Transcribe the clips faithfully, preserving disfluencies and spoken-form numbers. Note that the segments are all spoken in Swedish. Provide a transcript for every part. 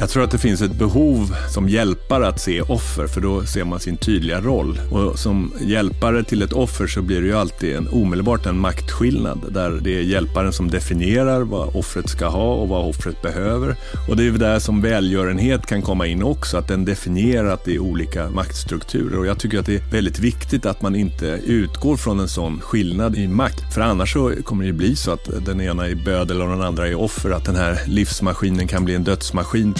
Jag tror att det finns ett behov som hjälpare att se offer, för då ser man sin tydliga roll. Och som hjälpare till ett offer så blir det ju alltid en, omedelbart en maktskillnad där det är hjälparen som definierar vad offret ska ha och vad offret behöver. Och det är ju där som välgörenhet kan komma in också, att den definierar att det är olika maktstrukturer. Och jag tycker att det är väldigt viktigt att man inte utgår från en sån skillnad i makt. För annars så kommer det bli så att den ena är bödel och den andra är offer, att den här livsmaskinen kan bli en dödsmaskin.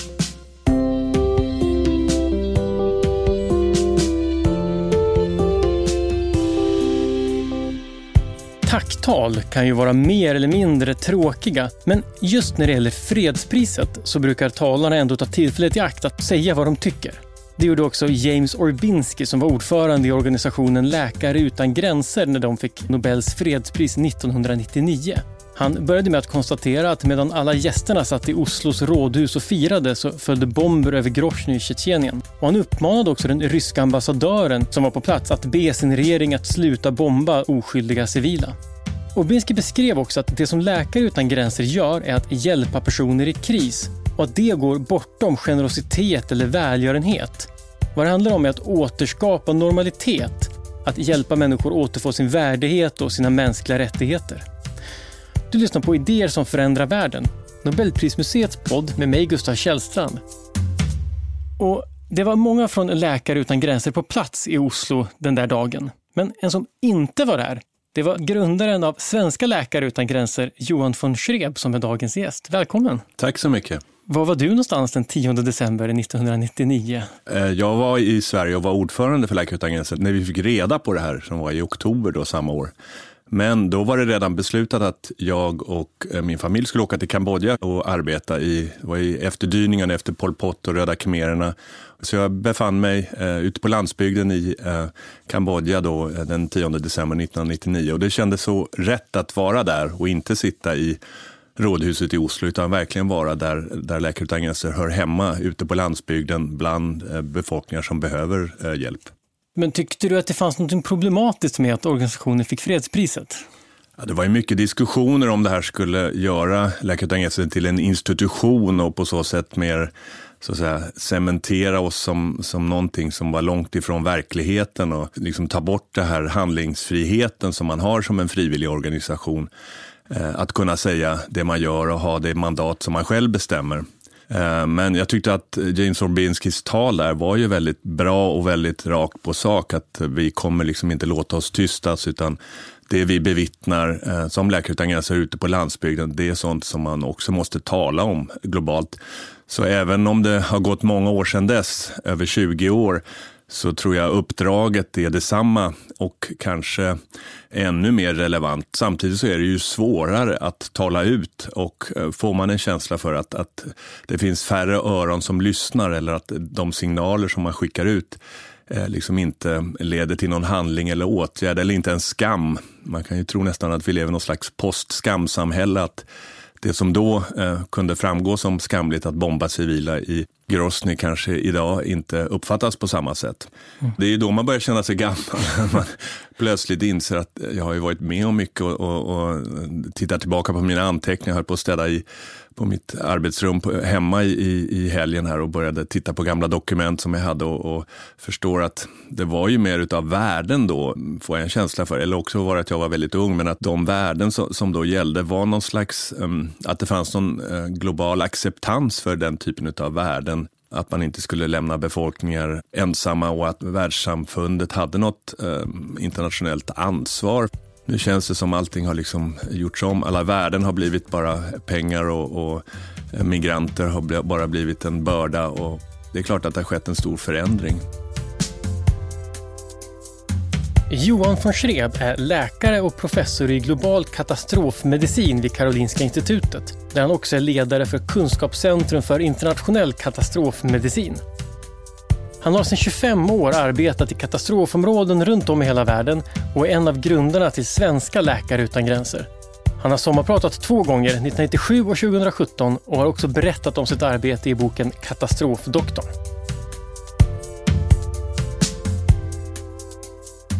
Tacktal kan ju vara mer eller mindre tråkiga, men just när det gäller fredspriset så brukar talarna ändå ta tillfället i akt att säga vad de tycker. Det gjorde också James Orbinski som var ordförande i organisationen Läkare utan gränser när de fick Nobels fredspris nittonhundranittionio. Han började med att konstatera att medan alla gästerna satt i Oslos rådhus och firade så följde bomber över Grozny i Tjetjenien. Och han uppmanade också den ryska ambassadören som var på plats att be sin regering att sluta bomba oskyldiga civila. Orbinski beskrev också att det som Läkare utan gränser gör är att hjälpa personer i kris och att det går bortom generositet eller välgörenhet. Vad det handlar om är att återskapa normalitet, att hjälpa människor återfå sin värdighet och sina mänskliga rättigheter. Du lyssnar på Idéer som förändrar världen, Nobelprismuseets podd med mig Gustav Källstrand. Och det var många från Läkare utan gränser på plats i Oslo den där dagen. Men en som inte var där, det var grundaren av Svenska Läkare utan gränser, Johan von Schreb, som är dagens gäst. Välkommen! Tack så mycket! Var var du någonstans den tionde december nittonhundranittionio? Jag var i Sverige och var ordförande för Läkare utan gränser när vi fick reda på det här, som var i oktober då samma år. Men då var det redan beslutat att jag och min familj skulle åka till Kambodja och arbeta i, var i efterdyningarna efter Pol Pot och Röda khmererna. Så jag befann mig eh, ute på landsbygden i eh, Kambodja då, eh, den tionde december nittonhundranittionio. Och det kändes så rätt att vara där och inte sitta i rådhuset i Oslo, utan verkligen vara där, där Läkare utan gränser hör hemma, ute på landsbygden bland eh, befolkningar som behöver eh, hjälp. Men tyckte du att det fanns något problematiskt med att organisationen fick fredspriset? Ja, det var ju mycket diskussioner om det här skulle göra Läkare utan gränser till en institution och på så sätt mer så att säga cementera oss som, som någonting som var långt ifrån verkligheten och liksom ta bort det här handlingsfriheten som man har som en frivillig organisation. Eh, att kunna säga det man gör och ha det mandat som man själv bestämmer. Men jag tyckte att James Orbinskis tal där var ju väldigt bra och väldigt rakt på sak, att vi kommer liksom inte låta oss tystas, utan det vi bevittnar som Läkare utan gränser ute på landsbygden, det är sånt som man också måste tala om globalt. Så även om det har gått många år sedan dess, över tjugo år, så tror jag uppdraget är detsamma och kanske ännu mer relevant. Samtidigt så är det ju svårare att tala ut, och får man en känsla för att, att det finns färre öron som lyssnar, eller att de signaler som man skickar ut eh, liksom inte leder till någon handling eller åtgärd eller inte en skam. Man kan ju tro nästan att vi lever i någon slags postskamsamhälle, att det som då eh, kunde framgå som skamligt att bomba civila i Grozny kanske idag inte uppfattas på samma sätt. Mm. Det är ju då man börjar känna sig gammal. Man plötsligt inser att jag har ju varit med om mycket och, och, och tittar tillbaka på mina anteckningar. Jag höll på att städa i, på mitt arbetsrum på, hemma i, i helgen här och började titta på gamla dokument som jag hade och, och förstår att det var ju mer utav värden då, får jag en känsla för. Eller också var det att jag var väldigt ung, men att de värden som, som då gällde var någon slags, um, att det fanns någon uh, global acceptans för den typen utav värden. Att man inte skulle lämna befolkningar ensamma och att världssamfundet hade något eh, internationellt ansvar. Nu känns det som allting har liksom gjorts om. Alla värden har blivit bara pengar och, och migranter har bara blivit en börda. Och det är klart att det har skett en stor förändring. Johan von Schreb är läkare och professor i global katastrofmedicin vid Karolinska institutet, där han också är ledare för Kunskapscentrum för internationell katastrofmedicin. Han har sedan tjugofem år arbetat i katastrofområden runt om i hela världen och är en av grundarna till Svenska Läkare utan gränser. Han har sommarpratat två gånger, nittonhundranittiosju och tjugosjutton, och har också berättat om sitt arbete i boken Katastrofdoktorn.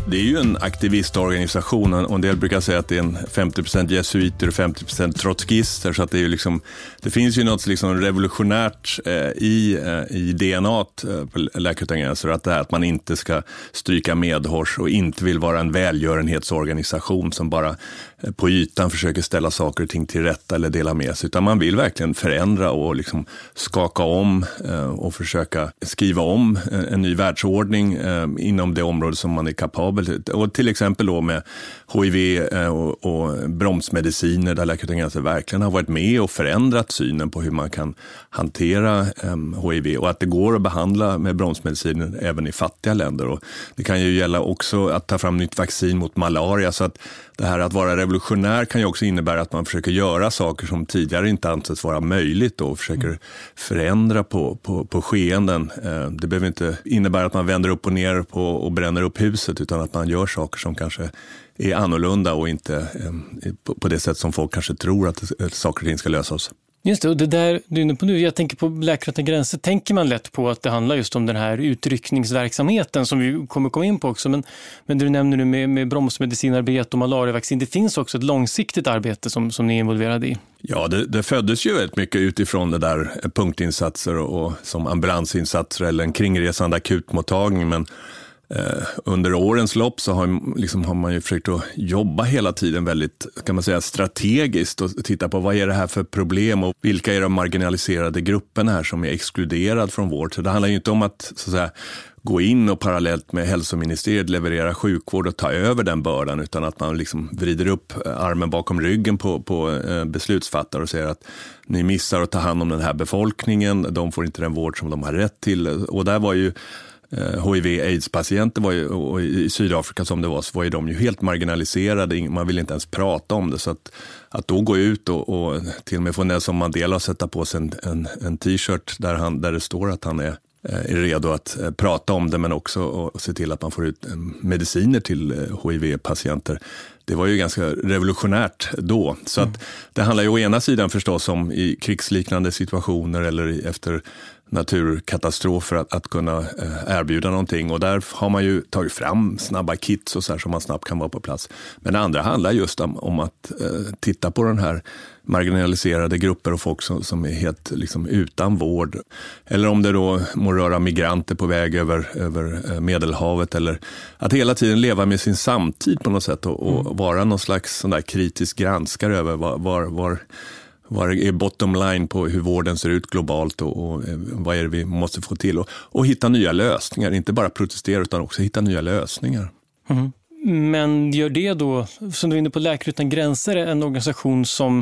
Det är ju en aktivistorganisation och en del brukar säga att det är en femtio procent jesuiter och femtio procent trotskister, så att det är ju liksom, det finns ju något liksom revolutionärt eh, i, eh, i D N A eh, på Läkare utan gränser, att det här att man inte ska stryka medhårs och inte vill vara en välgörenhetsorganisation som bara eh, på ytan försöker ställa saker och ting till rätta eller dela med sig, utan man vill verkligen förändra och liksom skaka om eh, och försöka skriva om en, en ny världsordning eh, inom det område som man är kapabel. Och till exempel då med H I V och, och bromsmediciner, där Läkare utan gränser verkligen har varit med och förändrat synen på hur man kan hantera um, H I V och att det går att behandla med bromsmediciner även i fattiga länder. Och det kan ju gälla också att ta fram nytt vaccin mot malaria, så att det här att vara revolutionär kan ju också innebära att man försöker göra saker som tidigare inte ansetts vara möjligt och försöker mm. förändra på, på, på skeenden. Det behöver inte innebära att man vänder upp och ner på och bränner upp huset, utan att man gör saker som kanske är annorlunda och inte eh, på det sätt som folk kanske tror att saker och ting ska lösas. Just det, och det där du är inne på nu, jag tänker på Läkare utan gränser, tänker man lätt på att det handlar just om den här utryckningsverksamheten som vi kommer komma in på också, men, men det du nämner nu med, med bromsmedicinarbete och malariavaccin, det finns också ett långsiktigt arbete som, som ni är involverade i. Ja, det, det föddes ju väldigt mycket utifrån det där punktinsatser och, och som ambulansinsatser eller en kringresande akutmottagning, men Eh, under årens lopp så har, liksom, har man ju försökt att jobba hela tiden väldigt, kan man säga, strategiskt och titta på vad är det här för problem och vilka är de marginaliserade grupperna här som är exkluderad från vård. Så det handlar ju inte om att, så att säga, gå in och parallellt med hälsoministeriet leverera sjukvård och ta över den bördan, utan att man liksom vrider upp armen bakom ryggen på, på eh, beslutsfattare och säger att ni missar att ta hand om den här befolkningen, de får inte den vård som de har rätt till. Och där var ju H I V-AIDS-patienter var ju, och i Sydafrika som det var, så var ju de ju helt marginaliserade. Man ville inte ens prata om det. Så att, att då gå ut och, och till och med få Nelson Mandela att sätta på sig en, en, en t-shirt där, han, där det står att han är, är redo att prata om det, men också och se till att man får ut mediciner till H I V-patienter. Det var ju ganska revolutionärt då. Så att det handlar ju å ena sidan förstås om i krigsliknande situationer eller efter naturkatastrofer att, att kunna eh, erbjuda någonting, och där har man ju tagit fram snabba kits och så här som man snabbt kan vara på plats. Men det andra handlar just om, om att eh, titta på den här marginaliserade grupper och folk som, som är helt liksom, utan vård. Eller om det då må röra migranter på väg över, över Medelhavet, eller att hela tiden leva med sin samtid på något sätt och, och mm. vara någon slags sån där kritisk granskare över var, var, var Vad är bottom line på hur vården ser ut globalt och, och vad är det vi måste få till och, och hitta nya lösningar, inte bara protestera utan också hitta nya lösningar. Mm. Men gör det då, som du är inne på Läkare utan gränser, en organisation som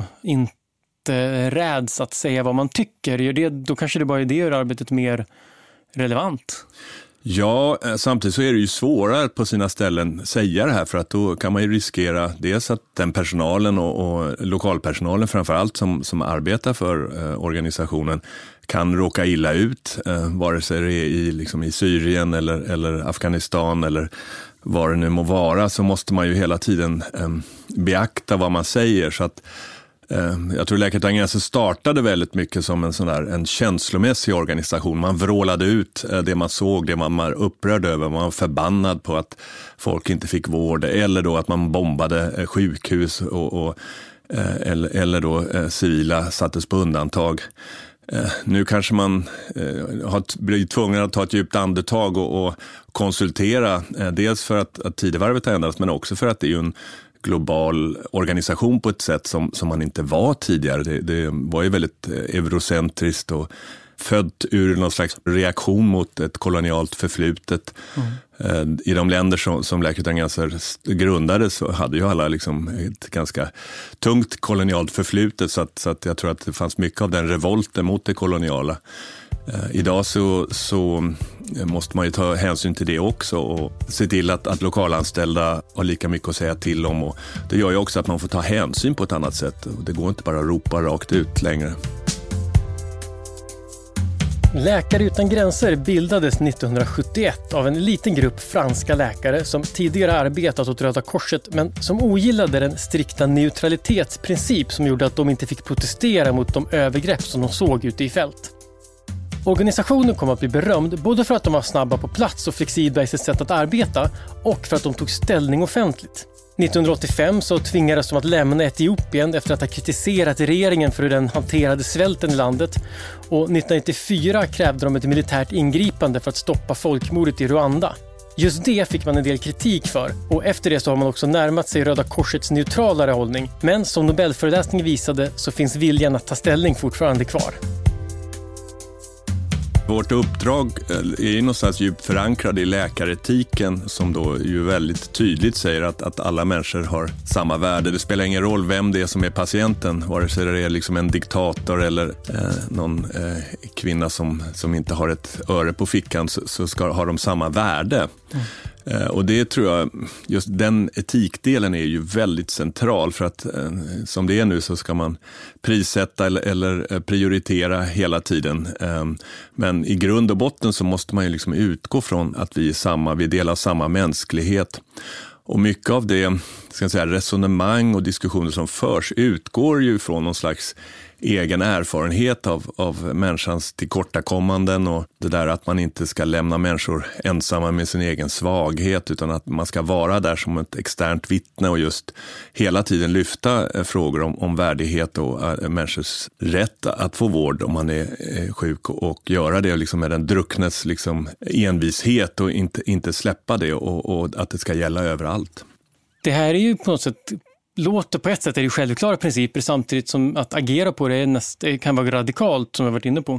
inte räds att säga vad man tycker, gör det, då kanske det bara är det gör arbetet mer relevant? Ja, samtidigt så är det ju svårare att på sina ställen säga det här, för att då kan man ju riskera dels att den personalen och, och lokalpersonalen framförallt som, som arbetar för eh, organisationen kan råka illa ut, eh, vare sig det är i, liksom i Syrien eller, eller Afghanistan eller vad det nu må vara, så måste man ju hela tiden eh, beakta vad man säger. Så att jag tror Läkare utan gränser startade väldigt mycket som en sån där, en känslomässig organisation. Man vrålade ut det man såg, det man var upprörd över. Man var förbannad på att folk inte fick vård, eller då att man bombade sjukhus och, och, eller, eller då civila sattes på undantag. Nu kanske man har blivit tvungen att ta ett djupt andetag och, och konsultera, dels för att, att tidevarvet har ändrats, men också för att det är ju en global organisation på ett sätt som, som man inte var tidigare. Det, det var ju väldigt eurocentriskt och född ur någon slags reaktion mot ett kolonialt förflutet. Mm. I de länder som, som Läkare utan gränser grundades så hade ju alla liksom ett ganska tungt kolonialt förflutet, så att, så att jag tror att det fanns mycket av den revolten mot det koloniala. Idag så, så måste man ju ta hänsyn till det också och se till att, att lokalanställda har lika mycket att säga till om, och det gör ju också att man får ta hänsyn på ett annat sätt, och det går inte bara att ropa rakt ut längre. Läkare utan gränser bildades nittonhundrasjuttioett av en liten grupp franska läkare som tidigare arbetat åt Röda Korset, men som ogillade den strikta neutralitetsprincip som gjorde att de inte fick protestera mot de övergrepp som de såg ute i fält. Organisationen kom att bli berömd både för att de var snabba på plats och flexibla i sitt sätt att arbeta och för att de tog ställning offentligt. nittonhundraåttiofem så tvingades de att lämna Etiopien efter att ha kritiserat regeringen för hur den hanterade svälten i landet, och nittonhundranittiofyra krävde de ett militärt ingripande för att stoppa folkmordet i Rwanda. Just det fick man en del kritik för, och efter det så har man också närmat sig Röda Korsets neutralare hållning, men som Nobelföreläsningen visade så finns viljan att ta ställning fortfarande kvar. Vårt uppdrag är ju någonstans djupt förankrad i läkaretiken som då ju väldigt tydligt säger att, att alla människor har samma värde. Det spelar ingen roll vem det är som är patienten, vare sig det är liksom en diktator eller eh, någon eh, kvinna som, som inte har ett öre på fickan, så, så ska ha de samma värde. Mm. Eh, och det tror jag, just den etikdelen är ju väldigt central, för att eh, som det är nu så ska man prissätta eller, eller prioritera hela tiden. Eh, men i grund och botten så måste man ju liksom utgå från att vi är samma, vi delar samma mänsklighet. Och mycket av det, ska jag säga, resonemang och diskussioner som förs utgår ju från någon slags egen erfarenhet av, av människans tillkortakommanden, och det där att man inte ska lämna människor ensamma med sin egen svaghet, utan att man ska vara där som ett externt vittne och just hela tiden lyfta frågor om, om värdighet och äh, människors rätt att få vård om man är äh, sjuk, och, och göra det liksom med den drucknes liksom envishet och inte, inte släppa det, och, och att det ska gälla överallt. Det här är ju på något sätt, låter på ett sätt är det självklara principer, samtidigt som att agera på det är näst, kan vara radikalt, som jag varit inne på.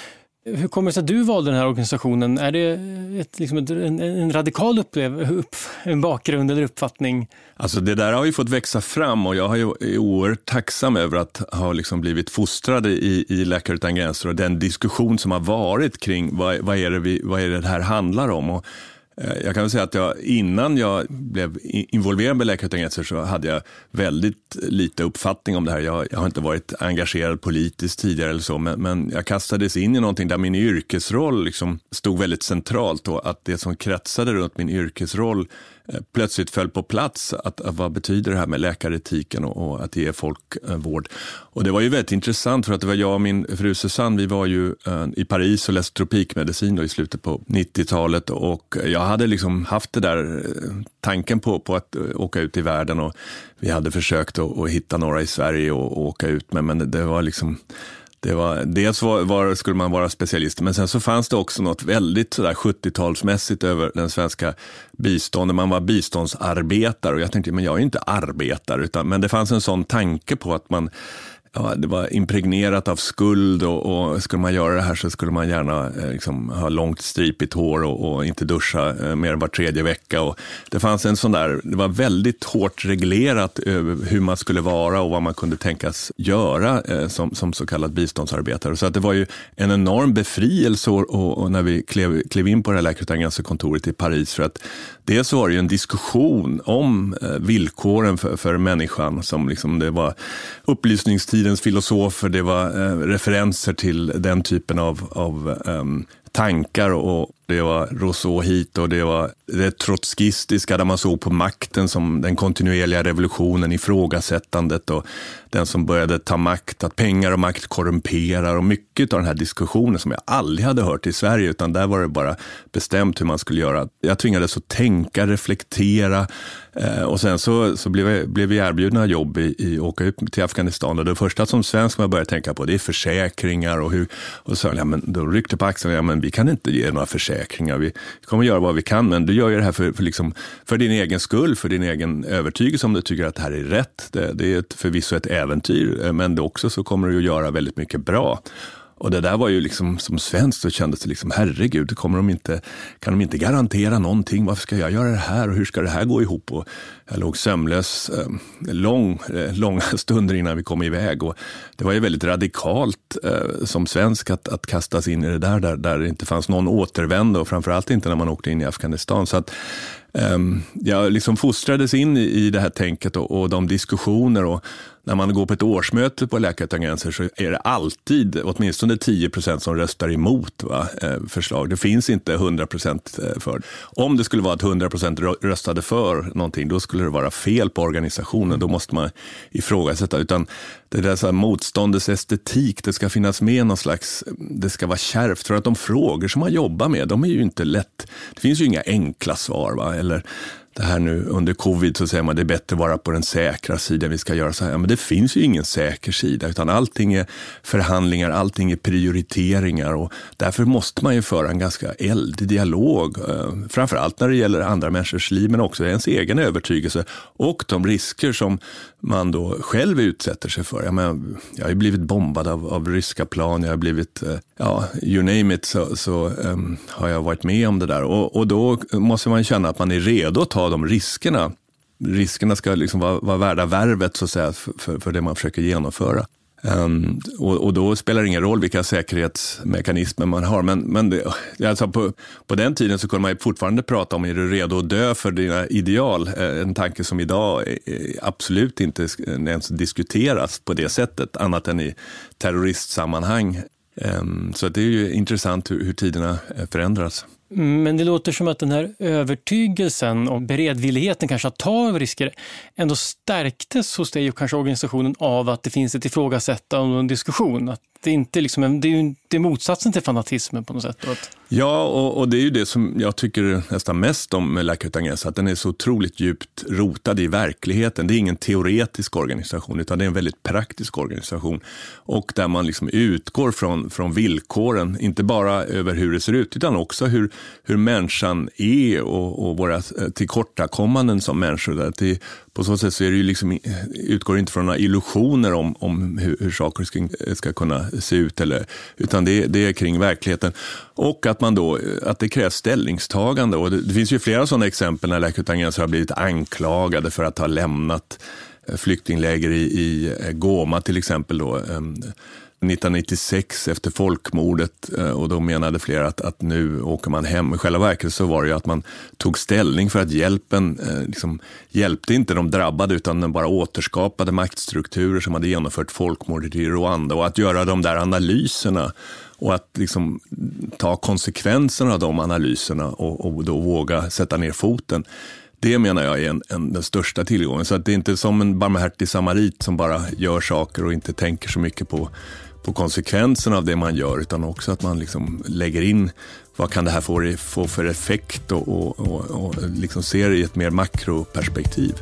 Hur kommer det sig att du valde den här organisationen? Är det ett, liksom ett, en, en radikal upplev, upp, en bakgrund eller uppfattning? Alltså det där har ju fått växa fram, och jag har ju är oerhört tacksam över att ha liksom blivit fostrad i, i Läkare utan gränser, och den diskussion som har varit kring vad, vad, är det vi, vad är det här handlar om. Och jag kan väl säga att jag, innan jag blev involverad med Läkare utan gränser så hade jag väldigt lite uppfattning om det här. Jag, jag har inte varit engagerad politiskt tidigare eller så, men, men jag kastades in i någonting där min yrkesroll liksom stod väldigt centralt, och att det som kretsade runt min yrkesroll eh, plötsligt föll på plats. Att, att vad betyder det här med läkaretiken och, och att ge folk eh, vård? Och det var ju väldigt intressant, för att det var jag och min fru Susanne, vi var ju eh, i Paris och läste tropikmedicin då i slutet på nittiotalet, och jag hade liksom haft det där tanken på, på att åka ut i världen, och vi hade försökt att, att hitta några i Sverige och, och åka ut med, men det var liksom, det var, dels var, var, skulle man vara specialist, men sen så fanns det också något väldigt sådär sjuttiotalsmässigt över den svenska bistånden. Man var biståndsarbetare, och jag tänkte, men jag är inte arbetare, utan, men det fanns en sån tanke på att man, ja, det var impregnerat av skuld, och, och skulle man göra det här så skulle man gärna eh, liksom, ha långt stripigt hår och, och inte duscha eh, mer än var tredje vecka. Och det fanns en sån där, det var väldigt hårt reglerat över hur man skulle vara och vad man kunde tänkas göra eh, som, som så kallad biståndsarbetare. Så att det var ju en enorm befrielse och, och när vi klev, klev in på det här Läkare utan gränser-kontoret i Paris, för att dels så var det ju en diskussion om eh, villkoren för, för människan, som liksom, det var upplysningstid, filosofer, det var eh, referenser till den typen av, av eh, tankar, och det var Rousseau hit, och det var det trotskistiska där man såg på makten som den kontinuerliga revolutionen, ifrågasättandet och den som började ta makt, att pengar och makt korrumperar, och mycket av den här diskussionen som jag aldrig hade hört i Sverige, utan där var det bara bestämt hur man skulle göra. Jag tvingades att tänka, reflektera, eh, och sen så, så blev, jag, blev vi erbjudna jobb i, i åka ut till Afghanistan, och det första som svensk man började tänka på, det är försäkringar, och hur, och så, ja, men då ryckte på axeln, ja, men vi kan inte ge några försäkringar, vi kommer göra vad vi kan, men du gör ju det här för, för, liksom, för din egen skull, för din egen övertygelse, om du tycker att det här är rätt. Det, det är ett, förvisso ett äventyr, men det också så kommer du att göra väldigt mycket bra. Och det där var ju liksom, som svensk så kändes det liksom, herregud, kommer de inte, kan de inte garantera någonting? Varför ska jag göra det här? Och hur ska det här gå ihop? Och jag låg sömnlös eh, lång, eh, långa stunder innan vi kom iväg. Och det var ju väldigt radikalt eh, som svensk att, att kastas in i det där, där, där det inte fanns någon återvändo. Och framförallt inte när man åkte in i Afghanistan. Så att Um, jag liksom fostrades in i, i det här tänket och, och de diskussioner, och när man går på ett årsmöte på Läkare utan gränser så är det alltid åtminstone tio procent som röstar emot va, eh, förslag. Det finns inte hundra procent för. Om det skulle vara att hundra procent röstade för någonting, då skulle det vara fel på organisationen. Då måste man ifrågasätta. Utan det där så här motståndets estetik, det ska finnas med någon slags, det ska vara kärvt. För att de frågor som man jobbar med, de är ju inte lätt. Det finns ju inga enkla svar va, eller det här nu under covid så säger man det är bättre att vara på den säkra sidan, vi ska göra så här. Men det finns ju ingen säker sida, utan allting är förhandlingar, allting är prioriteringar, och därför måste man ju föra en ganska eldig dialog. Framförallt när det gäller andra människors liv, men också ens egen övertygelse och de risker som man då själv utsätter sig för. Jag, menar, jag har ju blivit bombad av, av ryska plan, jag har blivit, ja, you name it, så, så um, har jag varit med om det där. Och, och då måste man känna att man är redo att ta de riskerna. Riskerna ska liksom vara, vara värda värvet så att säga, för, för det man försöker genomföra. Um, och, och då spelar det ingen roll vilka säkerhetsmekanismer man har. Men, men det, alltså på, på den tiden så kunde man ju fortfarande prata om är du redo att dö för dina ideal. En tanke som idag absolut inte ens diskuteras på det sättet, annat än i terroristsammanhang. Um, så det är ju intressant hur, hur tiderna förändras. Men det låter som att den här övertygelsen och beredvilligheten kanske att ta risker ändå stärktes hos dig och kanske organisationen av att det finns ett ifrågasättande och en diskussion. Att det, inte liksom en, det är ju det är motsatsen till fanatismen på något sätt. Att... Ja, och, och det är ju det som jag tycker nästan mest om med Läkare utan gränser, att den är så otroligt djupt rotad i verkligheten. Det är ingen teoretisk organisation, utan det är en väldigt praktisk organisation. Och där man liksom utgår från, från villkoren, inte bara över hur det ser ut, utan också hur hur människan är och, och våra tillkortakommanden som människor. Att det, på så sätt så är det ju liksom, utgår inte från några illusioner om, om hur, hur saker ska, ska kunna se ut, eller, utan det, det är kring verkligheten. Och att, man då, att det krävs ställningstagande. Och det, det finns ju flera sådana exempel när Läkare utan gränser har blivit anklagade för att ha lämnat flyktingläger i, i Goma till exempel då, nittonhundranittiosex efter folkmordet, och då menade flera att, att nu åker man hem. I själva verket så var det ju att man tog ställning för att hjälpen eh, liksom, hjälpte inte de drabbade, utan den bara återskapade maktstrukturer som hade genomfört folkmordet i Rwanda, och att göra de där analyserna och att liksom ta konsekvenserna av de analyserna och, och då våga sätta ner foten. Det menar jag är en, en, den största tillgången. Så att det är inte som en barmhärtig samarit som bara gör saker och inte tänker så mycket på, på konsekvenserna av det man gör, utan också att man liksom lägger in vad kan det här få, få för effekt och, och, och, och liksom ser det i ett mer makroperspektiv.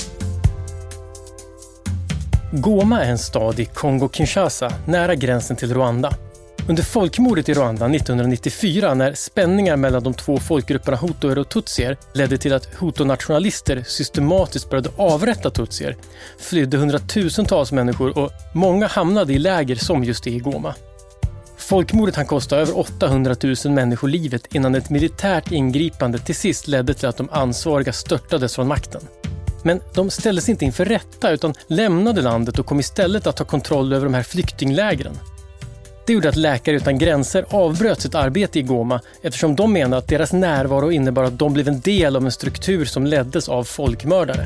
Goma är en stad i Kongo-Kinshasa, nära gränsen till Rwanda. Under folkmordet i Rwanda nittonhundranittiofyra, när spänningar mellan de två folkgrupperna hutuer och tutsier ledde till att hutu-nationalister systematiskt började avrätta tutsier, flydde hundratusentals människor och många hamnade i läger som just i Goma. Folkmordet hann kosta över åttahundratusen människor livet innan ett militärt ingripande till sist ledde till att de ansvariga störtades från makten. Men de ställdes inte inför rätta utan lämnade landet och kom istället att ta kontroll över de här flyktinglägren. Det gjorde att Läkare utan gränser avbröt sitt arbete i Goma eftersom de menade att deras närvaro innebar att de blev en del av en struktur som leddes av folkmördare.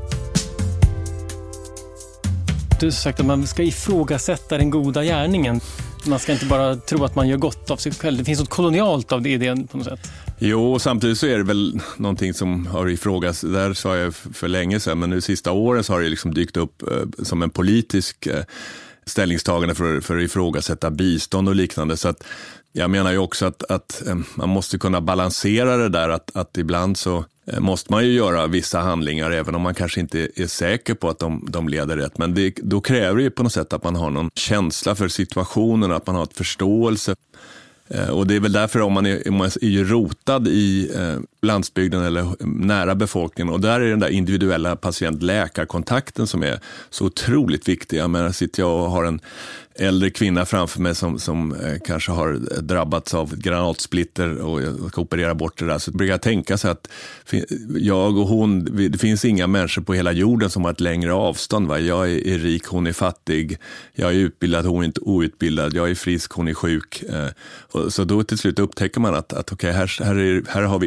Du har sagt att man ska ifrågasätta den goda gärningen. Man ska inte bara tro att man gör gott av sig själv. Det finns något kolonialt av det idén på något sätt. Jo, och samtidigt så är det väl någonting som har ifrågasatts. Där sa jag för länge sedan, men nu sista åren så har det liksom dykt upp eh, som en politisk eh, ställningstagande för, för att ifrågasätta bistånd och liknande. Så att jag menar ju också att, att eh, man måste kunna balansera det där, att, att ibland så eh, måste man ju göra vissa handlingar även om man kanske inte är säker på att de, de leder rätt. Men det, då kräver det ju på något sätt att man har någon känsla för situationen, att man har ett förståelse. Eh, och det är väl därför om man är, om man är ju rotad i eh, landsbygden eller nära befolkningen, och där är den där individuella patient-läkarkontakten som är så otroligt viktig. Jag menar, sitter jag och har en äldre kvinna framför mig som, som eh, kanske har drabbats av granatsplitter och jag ska operera bort det där, så brukar jag tänka så att jag och hon, det finns inga människor på hela jorden som har ett längre avstånd. Va? Jag är, är rik, hon är fattig, jag är utbildad, hon är inte outbildad, jag är frisk, hon är sjuk. Eh, och så då till slut upptäcker man att, att okej, okay, här, här, är, här har vi ytterligare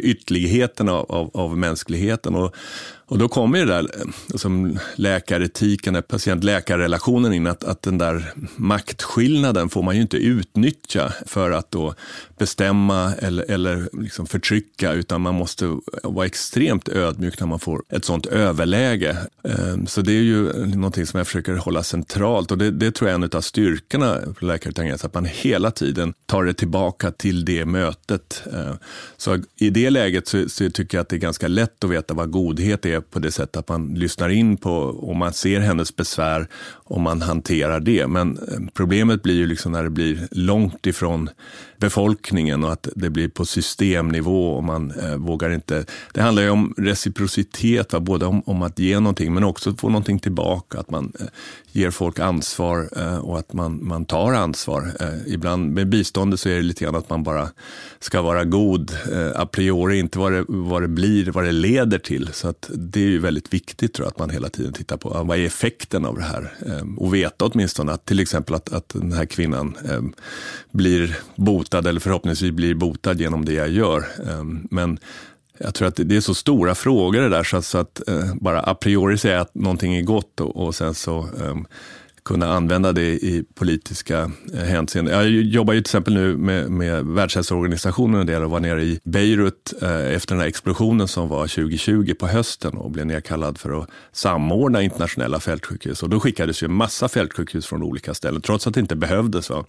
verkligheten av, av, av mänskligheten. Och, och då kommer det där som läkaretiken, patient-läkarrelationen in, att, att den där maktskillnaden får man ju inte utnyttja för att då bestämma eller, eller liksom förtrycka, utan man måste vara extremt ödmjuk när man får ett sånt överläge. Så det är ju någonting som jag försöker hålla centralt, och det, det tror jag är en av styrkorna på Läkare utan gränser, att man hela tiden tar det tillbaka till det mötet. Så i det läget så, så tycker jag att det är ganska lätt att veta vad godhet är, på det sättet att man lyssnar in på och man ser hennes besvär och man hanterar det. Men problemet blir ju liksom när det blir långt ifrån befolkningen och att det blir på systemnivå och man eh, vågar inte. Det handlar ju om reciprocitet, va? Både om, om att ge någonting men också få någonting tillbaka, att man eh, ger folk ansvar eh, och att man, man tar ansvar. Eh, ibland med biståndet så är det lite grann att man bara ska vara god eh, a priori, inte vad det, vad det blir, vad det leder till. Så att det är ju väldigt viktigt, tror jag, att man hela tiden tittar på ah, vad är effekten av det här eh, och veta åtminstone att till exempel att, att den här kvinnan eh, blir botad eller förhoppningsvis blir botad genom det jag gör. Men jag tror att det är så stora frågor det där, så att bara a priori säga att någonting är gott och sen så kunna använda det i politiska hänseenden. Jag jobbar ju till exempel nu med, med Världshälsoorganisationen en del och var nere i Beirut efter den här explosionen som var tjugo tjugo på hösten och blev nedkallad för att samordna internationella fältsjukhus. Och då skickades ju en massa fältsjukhus från olika ställen, trots att det inte behövdes, va?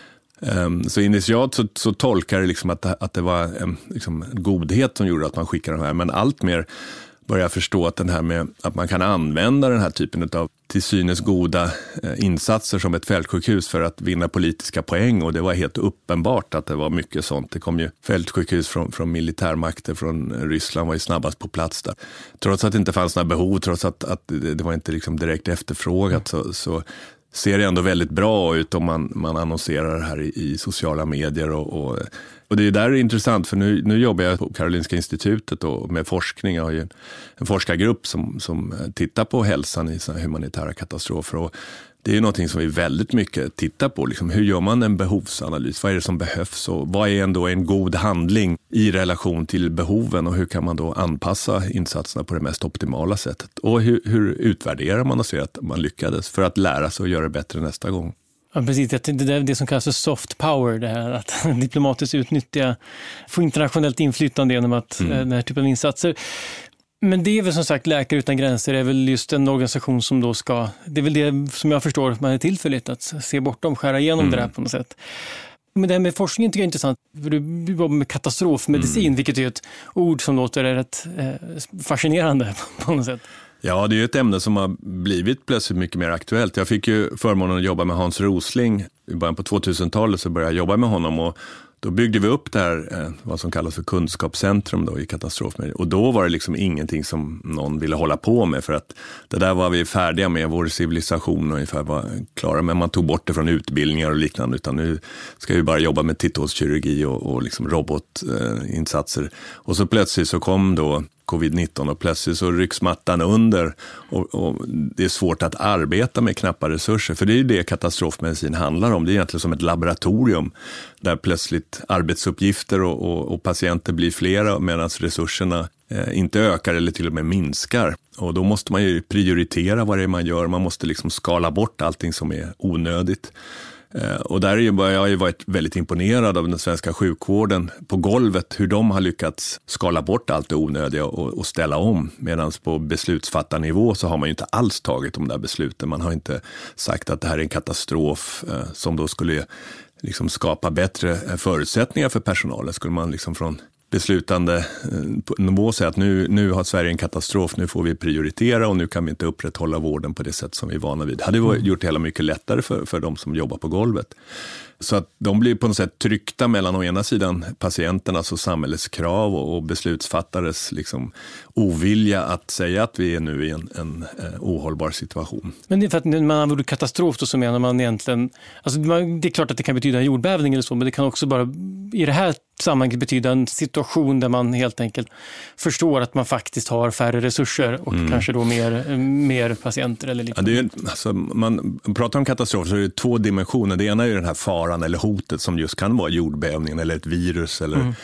Så initialt så, så tolkar det liksom att, att det var en liksom, godhet som gjorde att man skickade de här, men allt mer börjar förstå att den här med att man kan använda den här typen av till synes goda insatser som ett fältsjukhus för att vinna politiska poäng, och det var helt uppenbart att det var mycket sånt. Det kom ju fältsjukhus från, från militärmakter från Ryssland, var ju snabbast på plats där. Trots att det inte fanns några behov, trots att, att det, det var inte liksom direkt efterfrågat, så, så ser det ändå väldigt bra ut om man, man annonserar det här i, i sociala medier. Och, och, och det är där det är intressant, för nu, nu jobbar jag på Karolinska institutet och med forskning. Jag har ju en, en forskargrupp som, som tittar på hälsan i såna humanitära katastrofer, och det är ju någonting som vi väldigt mycket tittar på. Liksom, hur gör man en behovsanalys? Vad är det som behövs? Och vad är ändå en god handling i relation till behoven? Och hur kan man då anpassa insatserna på det mest optimala sättet? Och hur, hur utvärderar man och ser att man lyckades för att lära sig och göra det bättre nästa gång? Ja, precis. Det är det som kallas för soft power, det här att diplomatiskt utnyttja, få internationellt inflytande genom att mm. den här typen av insatser. Men det är väl som sagt, Läkare utan gränser är väl just en organisation som då ska, det är väl det som jag förstår man är tillfälligt att se bortom, skära igenom mm. det där på något sätt. Men det här med forskningen tycker jag är intressant, för du jobbar med katastrofmedicin, mm. vilket är ett ord som låter rätt eh, fascinerande på något sätt. Ja, det är ju ett ämne som har blivit plötsligt mycket mer aktuellt. Jag fick ju förmånen att jobba med Hans Rosling i början på tvåtusentalet, så började jag jobba med honom, och då byggde vi upp det här, vad som kallas för kunskapscentrum då, i katastrofmedicin. Och då var det liksom ingenting som någon ville hålla på med, för att det där var vi färdiga med, vår civilisation ungefär var klara. Men man tog bort det från utbildningar och liknande, utan nu ska vi bara jobba med titthålskirurgi och, och liksom robotinsatser. Och så plötsligt så kom då covid nitton och plötsligt så rycks mattan under, och, och det är svårt att arbeta med knappa resurser, för det är ju det katastrofmedicin handlar om. Det är egentligen som ett laboratorium där plötsligt arbetsuppgifter och, och, och patienter blir flera medan resurserna eh, inte ökar eller till och med minskar. Och då måste man ju prioritera vad det är man gör. Man måste liksom skala bort allting som är onödigt. Och där är ju, jag har ju varit väldigt imponerad av den svenska sjukvården på golvet, hur de har lyckats skala bort allt det onödiga och, och ställa om. Medan på beslutsfattarnivå så har man ju inte alls tagit de där besluten. Man har inte sagt att det här är en katastrof eh, som då skulle liksom skapa bättre förutsättningar för personalen. Skulle man liksom från beslutande nivå säga att nu, nu har Sverige en katastrof, nu får vi prioritera och nu kan vi inte upprätthålla vården på det sätt som vi är vana vid. Det hade mm. gjort det hela mycket lättare för, för de som jobbar på golvet. Så att de blir på något sätt tryckta mellan å ena sidan patienternas och samhällets krav och, och beslutsfattares liksom ovilja att säga att vi är nu i en, en eh, ohållbar situation. Men det är för att när man använder katastrof då, så menar man egentligen, alltså det är klart att det kan betyda en jordbävning eller så, men det kan också bara i det här sammanhanget betyda en situation där man helt enkelt förstår att man faktiskt har färre resurser och mm. kanske då mer, mer patienter eller liknande. Ja, det är, alltså, man pratar om katastrof så är det två dimensioner. Det ena är ju den här faran eller hotet som just kan vara jordbävningen eller ett virus eller mm.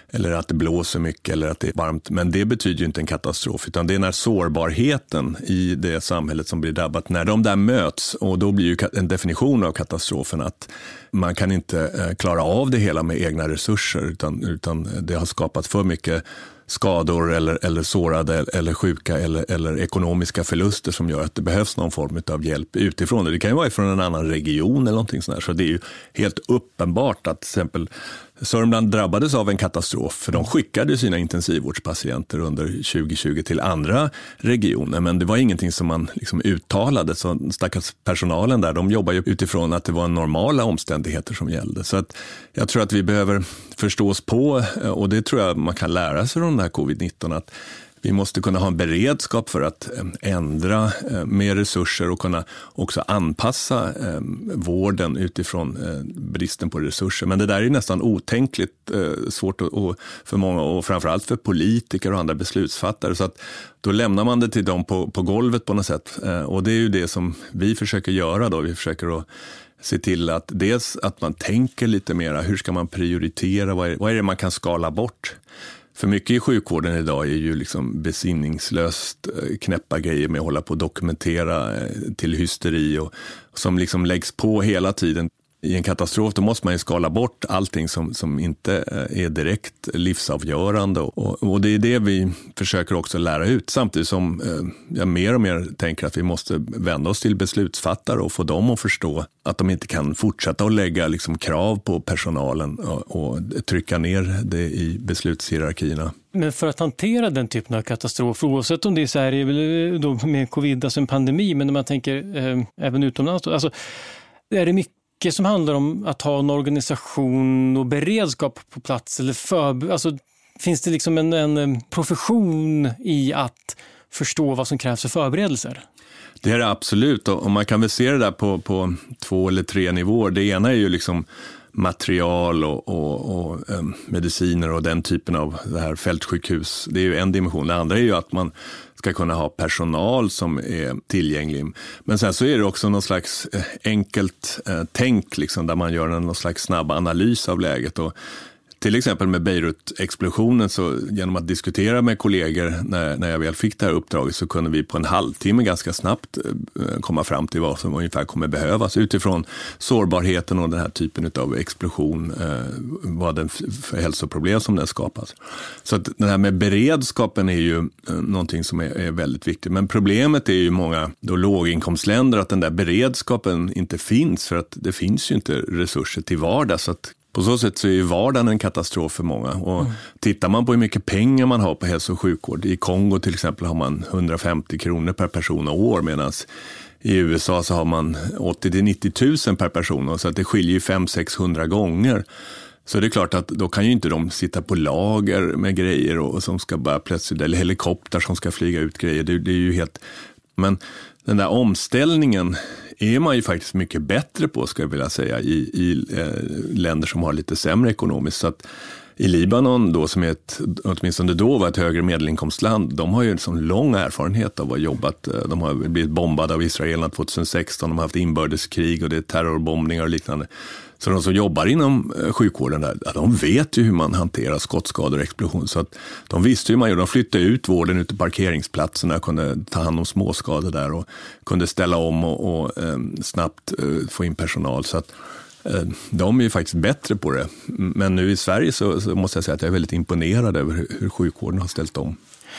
eller att det blåser mycket eller att det är varmt. Men det betyder ju inte en katastrof, utan det är när sårbarheten i det samhället som blir drabbat, när de där möts, och då blir ju en definition av katastrofen att man kan inte klara av det hela med egna resurser, utan, utan det har skapat för mycket skador eller, eller sårade eller sjuka eller, eller ekonomiska förluster som gör att det behövs någon form av hjälp utifrån. Det kan ju vara från en annan region eller någonting sånt där. Så det är ju helt uppenbart att till exempel Sörmland drabbades av en katastrof, för de skickade sina intensivvårdspatienter under tjugo tjugo till andra regioner, men det var ingenting som man liksom uttalade. Så stackars personalen där, de jobbar ju utifrån att det var normala omständigheter som gällde. Så att jag tror att vi behöver förstå oss på, och det tror jag man kan lära sig från den här covid nitton, att vi måste kunna ha en beredskap för att ändra med resurser och kunna också anpassa vården utifrån bristen på resurser. Men det där är nästan otänkligt svårt för många, och framförallt för politiker och andra beslutsfattare. Så att då lämnar man det till dem på, på golvet på något sätt. Och det är ju det som vi försöker göra då. Vi försöker att se till att dels att man tänker lite mera, hur ska man prioritera, vad är, vad är det man kan skala bort? För mycket i sjukvården idag är ju liksom besinningslöst knäppa grejer med att hålla på och dokumentera till hysteri och som liksom läggs på hela tiden. I en katastrof då måste man ju skala bort allting som, som inte är direkt livsavgörande, och, och det är det vi försöker också lära ut, samtidigt som jag mer och mer tänker att vi måste vända oss till beslutsfattare och få dem att förstå att de inte kan fortsätta att lägga liksom krav på personalen och, och trycka ner det i beslutshierarkierna. Men för att hantera den typen av katastrof, oavsett om det är så här då med covid, alltså en pandemi, men när man tänker eh, även utomlands, alltså är det mycket som handlar om att ha en organisation och beredskap på plats, eller för, alltså, finns det liksom en, en profession i att förstå vad som krävs för förberedelser? Det är det absolut, och man kan väl se det där på, på två eller tre nivåer. Det ena är ju liksom material och, och, och eh, mediciner och den typen av det här fältsjukhus. Det är ju en dimension. Det andra är ju att man ska kunna ha personal som är tillgänglig. Men sen så är det också någon slags enkelt eh, tänk liksom, där man gör en någon slags snabb analys av läget. Och till exempel med Beirut-explosionen, så genom att diskutera med kollegor när, när jag väl fick det här uppdraget, så kunde vi på en halvtimme ganska snabbt eh, komma fram till vad som ungefär kommer behövas utifrån sårbarheten och den här typen av explosion, eh, vad den för hälsoproblem som den skapas. Så att det här med beredskapen är ju eh, någonting som är, är väldigt viktigt. Men problemet är ju många då låginkomstländer att den där beredskapen inte finns, för att det finns ju inte resurser till vardag, så att på så sätt så är ju vardagen en katastrof för många. Och mm. tittar man på hur mycket pengar man har på hälso- och sjukvård, i Kongo till exempel har man hundrafemtio kronor per person och år, medan i U S A så har man åttio till nittio tusen per person, och så att det skiljer ju fem till sexhundra gånger. Så det är klart att då kan ju inte de sitta på lager med grejer och, och som ska bara plötsligt, eller helikopter som ska flyga ut grejer. Det, det är ju helt... Men den där omställningen är man ju faktiskt mycket bättre på, ska jag vilja säga, i, i eh, länder som har lite sämre ekonomiskt. Så att i Libanon då, som är ett, åtminstone då var ett högre medelinkomstland, de har ju en sån lång erfarenhet av att ha jobbat. De har blivit bombade av israelerna tjugohundrasexton, de har haft inbördeskrig och det är terrorbombningar och liknande. Så de som jobbar inom sjukvården där, de vet ju hur man hanterar skottskador och explosion. Så att de visste hur man gjorde. De flyttade ut vården ut till parkeringsplatserna, kunde ta hand om småskador där och kunde ställa om och, och eh, snabbt eh, få in personal. Så att eh, de är ju faktiskt bättre på det. Men nu i Sverige så, så måste jag säga att jag är väldigt imponerad över hur, hur sjukvården har ställt om.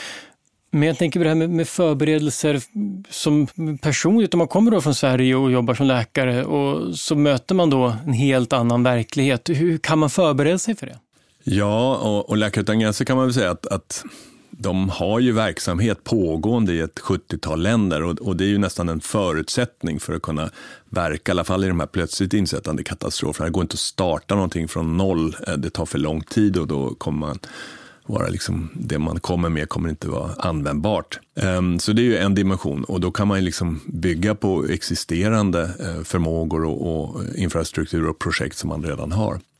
Men jag tänker på det här med, med förberedelser som personligt, om man kommer då från Sverige och jobbar som läkare och så möter man då en helt annan verklighet. Hur kan man förbereda sig för det? Ja, och, och Läkare utan gränser kan man väl säga att, att de har ju verksamhet pågående i ett sjuttiotal länder, och, och det är ju nästan en förutsättning för att kunna verka, i alla fall i de här plötsligt insättande katastroferna. Det går inte att starta någonting från noll, det tar för lång tid och då kommer man vara liksom, det man kommer med kommer inte vara användbart. Um, så det är ju en dimension, och då kan man ju liksom bygga på existerande uh, förmågor och, och infrastruktur och projekt som man redan har.